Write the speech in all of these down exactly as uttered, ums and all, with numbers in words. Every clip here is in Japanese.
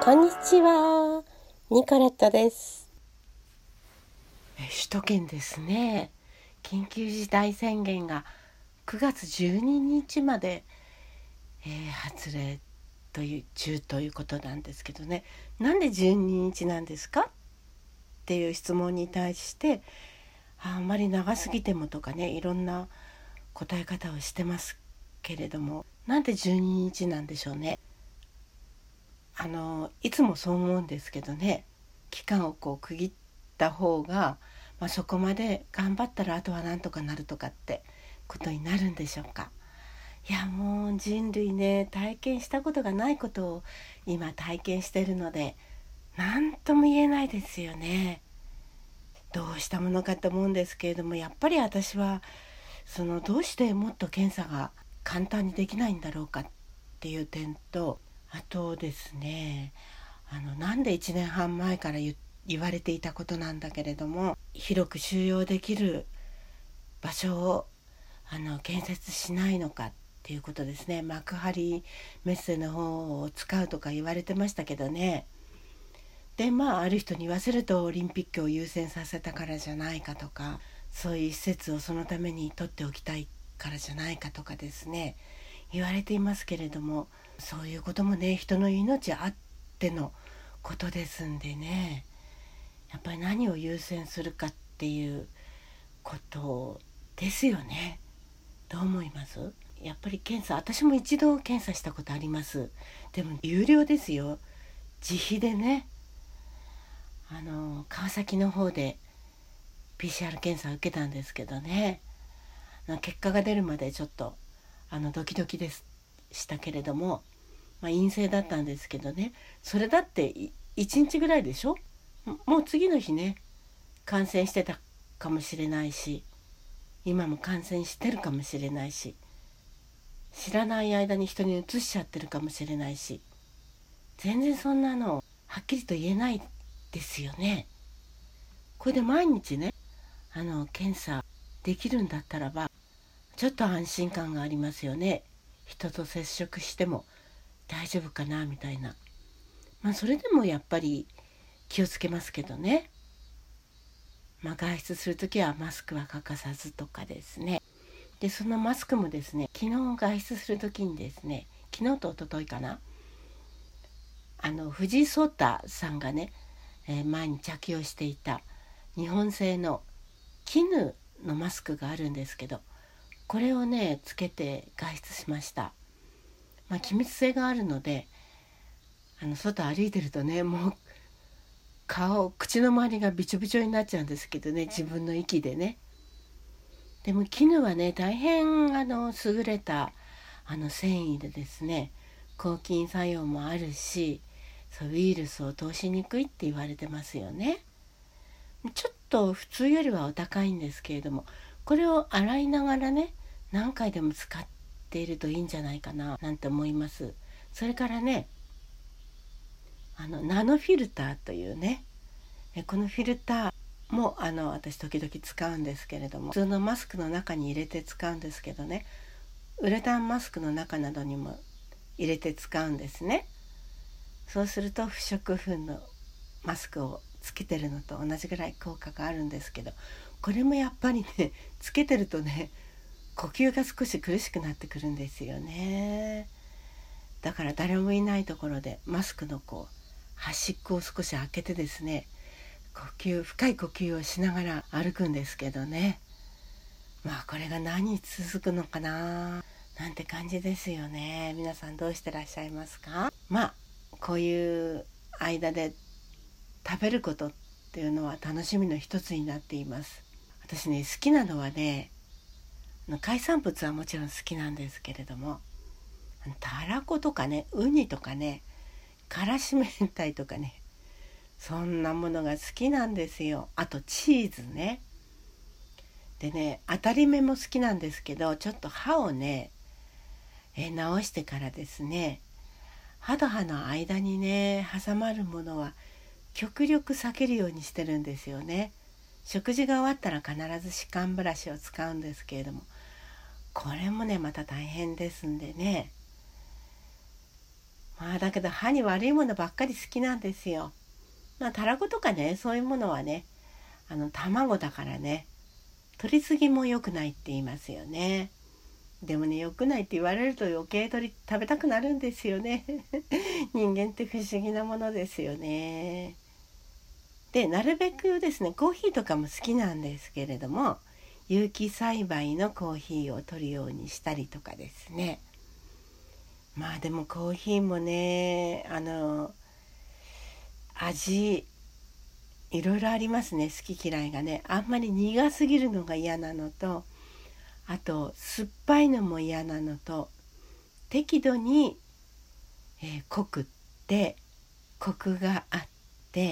こんにちは、ニコレットです。 首都圏ですね、緊急事態宣言がくがつじゅうににちまで、えー、発令という中ということなんですけどね、なんでじゅうににちなんですかっていう質問に対して、あんまり長すぎてもとかね、いろんな答え方をしてますけれども、なんでじゅうににちなんでしょうね。あのいつもそう思うんですけどね、期間をこう区切った方が、まあ、そこまで頑張ったらあとはなんとかなるとかってことになるんでしょうか。いや、もう人類ね、体験したことがないことを今体験しているので、何とも言えないですよね。どうしたものかと思うんですけれども、やっぱり私はそのどうしてもっと検査が簡単にできないんだろうかっていう点と、あとですね、あのなんでいちねんはん前から 言, 言われていたことなんだけれども、広く収容できる場所をあの建設しないのかっていうことですね。幕張メッセの方を使うとか言われてましたけどね。でまあある人に言わせるとオリンピックを優先させたからじゃないかとか、そういう施設をそのために取っておきたいからじゃないかとかですね、言われていますけれども、そういうこともね、人の命あってのことですんでね、やっぱり何を優先するかっていうことですよね。どう思います？やっぱり検査、私も一度検査したことあります。でも有料ですよ、自費でね。あの川崎の方で ピーシーアール 検査を受けたんですけどね、結果が出るまでちょっとあのドキドキでしたけれども、まあ、陰性だったんですけどね、それだっていちにちぐらいでしょ。もう次の日ね、感染してたかもしれないし、今も感染してるかもしれないし、知らない間に人にうつしちゃってるかもしれないし、全然そんなのはっきりと言えないですよね。これで毎日ね、あの検査できるんだったらばちょっと安心感がありますよね。人と接触しても大丈夫かなみたいな。まあそれでもやっぱり気をつけますけどね。まあ外出するときはマスクは欠かさずとかですね。でそのマスクもですね、昨日外出するときにですね、昨日と一昨日かな、あの藤井聡太さんがね、えー、前に着用していた日本製の絹のマスクがあるんですけど、これをねつけて外出しました。まあ気密性があるので、あの外歩いてるとね、もう顔口の周りがびちょびちょになっちゃうんですけどね、自分の息でね。でも絹はね、大変あの優れたあの繊維でですね、抗菌作用もあるし、そうウイルスを通しにくいって言われてますよね。ちょっと普通よりはお高いんですけれども、これを洗いながらね、何回でも使っているといいんじゃないかななんて思います。それからね、あのナノフィルターというね、このフィルターもあの私時々使うんですけれども、普通のマスクの中に入れて使うんですけどね、ウレタンマスクの中などにも入れて使うんですね。そうすると不織布のマスクをつけてるのと同じぐらい効果があるんですけど、これもやっぱりね、つけてるとね、呼吸が少し苦しくなってくるんですよね。だから誰もいないところでマスクのこう端っこを少し開けてですね、呼吸深い呼吸をしながら歩くんですけどね、まあこれが何日続くのかななんて感じですよね。皆さんどうしてらっしゃいますか？まあこういう間で食べることっていうのは楽しみの一つになっています。私ね、好きなのはね、海産物はもちろん好きなんですけれども、たらことかね、ウニとかね、からし明太とかね、そんなものが好きなんですよ。あとチーズね。でね、当たり目も好きなんですけど、ちょっと歯をねえ直してからですね、歯と歯の間にね挟まるものは極力避けるようにしてるんですよね。食事が終わったら必ず歯間ブラシを使うんですけれども、これもねまた大変ですんでね、 まあだけど歯に悪いものばっかり好きなんですよ。まあたらことかね、そういうものはね、あの卵だからね、取りすぎも良くないって言いますよね。でもね、良くないって言われると余計取り食べたくなるんですよね人間って不思議なものですよね。で、なるべくですね、コーヒーとかも好きなんですけれども、有機栽培のコーヒーを取るようにしたりとかですね。まあでもコーヒーもね、あの味いろいろありますね。好き嫌いがね、あんまり苦すぎるのが嫌なのと、あと酸っぱいのも嫌なのと、適度に、えー、濃くってコクがあって、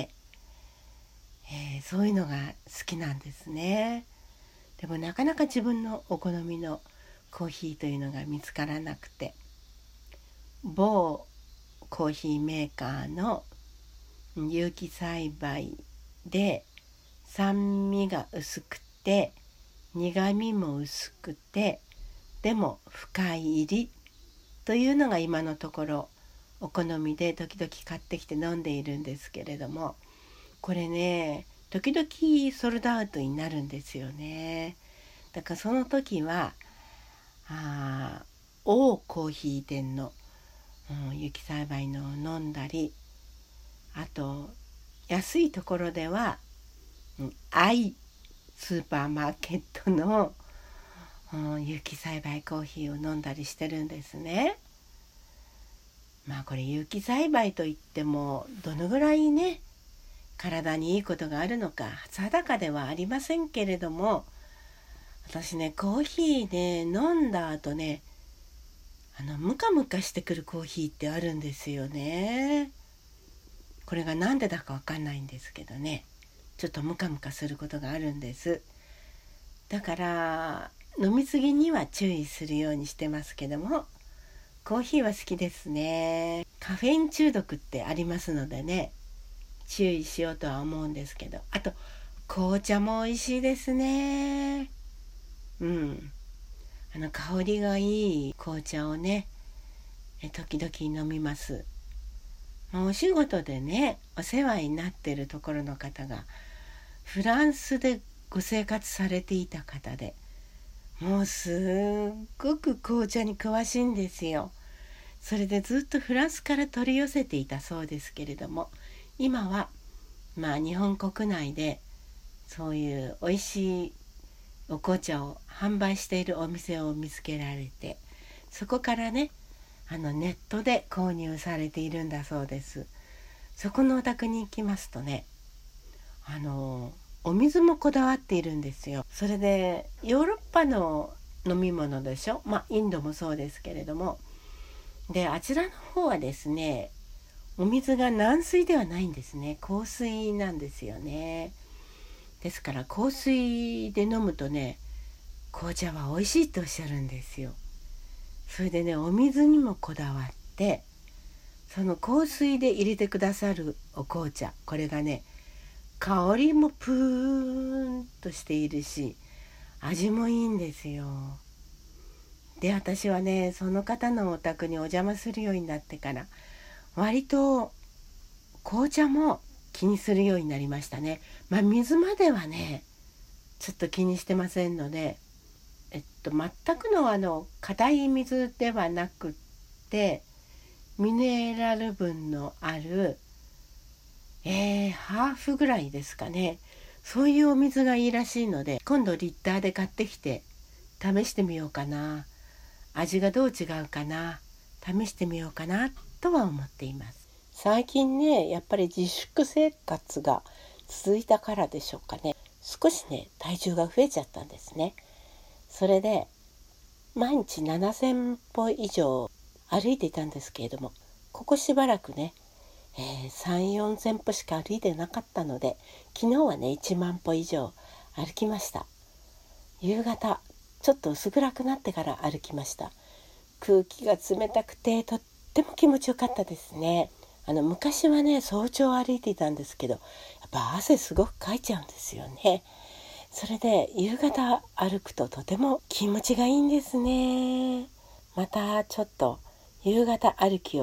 えー、そういうのが好きなんですね。でもなかなか自分のお好みのコーヒーというのが見つからなくて、某コーヒーメーカーの有機栽培で酸味が薄くて苦味も薄くて、でも深い入りというのが今のところお好みで時々買ってきて飲んでいるんですけれども、これね、時々ソールドアウトになるんですよね。だからその時はあ大コーヒー店の、うん、有機栽培のを飲んだり、あと安いところでは、うん、アイスーパーマーケットの、うん、有機栽培コーヒーを飲んだりしてるんですね。まあこれ有機栽培といってもどのぐらいね体にいいことがあるのか定かではありませんけれども、私ねコーヒーね飲んだ後ね、あのムカムカしてくるコーヒーってあるんですよね。これがなんでだかわかんないんですけどね、ちょっとムカムカすることがあるんです。だから飲みすぎには注意するようにしてますけども、コーヒーは好きですね。カフェイン中毒ってありますのでね、注意しようとは思うんですけど、あと紅茶も美味しいですね。うん、あの香りがいい紅茶をね時々飲みます。お仕事でねお世話になっているところの方がフランスでご生活されていた方で、もうすっごく紅茶に詳しいんですよ。それでずっとフランスから取り寄せていたそうですけれども、今はまあ日本国内でそういう美味しいお紅茶を販売しているお店を見つけられて、そこからねあのネットで購入されているんだそうです。そこのお宅に行きますとね、あのお水もこだわっているんですよ。それでヨーロッパの飲み物でしょ、まあインドもそうですけれども、であちらの方はですねお水が軟水ではないんですね、硬水なんですよね。ですから硬水で飲むとね紅茶は美味しいとおっしゃるんですよ。それでねお水にもこだわって、その硬水で入れてくださるお紅茶、これがね香りもプーンとしているし味もいいんですよ。で私はねその方のお宅にお邪魔するようになってから割と紅茶も気にするようになりましたね。まあ水まではねちょっと気にしてませんので、えっと全くのあの硬い水ではなくってミネラル分のある、えー、ハーフぐらいですかね、そういうお水がいいらしいので、今度リッターで買ってきて試してみようかな、味がどう違うかな試してみようかなとは思っています。最近ねやっぱり自粛生活が続いたからでしょうかね、少しね体重が増えちゃったんですね。それで毎日ななせん歩以上歩いていたんですけれども、ここしばらくね、えー、さん、よんせん歩しか歩いてなかったので、昨日はねいちまん歩以上歩きました。夕方ちょっと薄暗くなってから歩きました。空気が冷たくてとっても気持ちよかったですね。あの昔はね早朝歩いていたんですけど、やっぱ汗すごくかいちゃうんですよね。それで夕方歩くととても気持ちがいいんですね。またちょっと夕方歩きを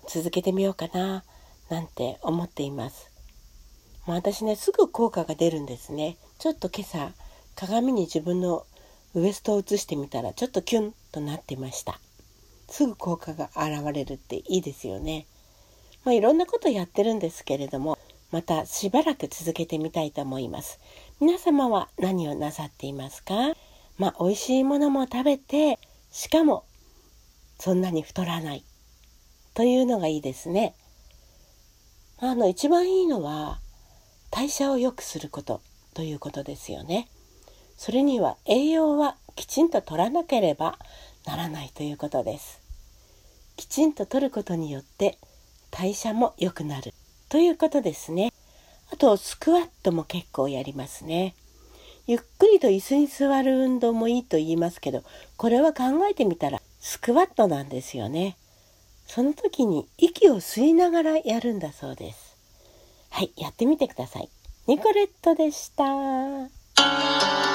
続けてみようかななんて思っています。もう私ね、すぐ効果が出るんですね。ちょっと今朝鏡に自分のウエストを映してみたらちょっとキュンとなってました。すぐ効果が現れるっていいですよね。まあ、いろんなことやってるんですけれども、またしばらく続けてみたいと思います。皆様は何をなさっていますか？まあ、美味しいものも食べて、しかもそんなに太らないというのがいいですね。あの一番いいのは代謝を良くすることということですよね。それには栄養はきちんと取らなければならないということです。きちんと取ることによって代謝も良くなるということですね。あとスクワットも結構やりますね。ゆっくりと椅子に座る運動もいいと言いますけど、これは考えてみたらスクワットなんですよね。その時に息を吸いながらやるんだそうです。はい、やってみてください。ニコレットでした。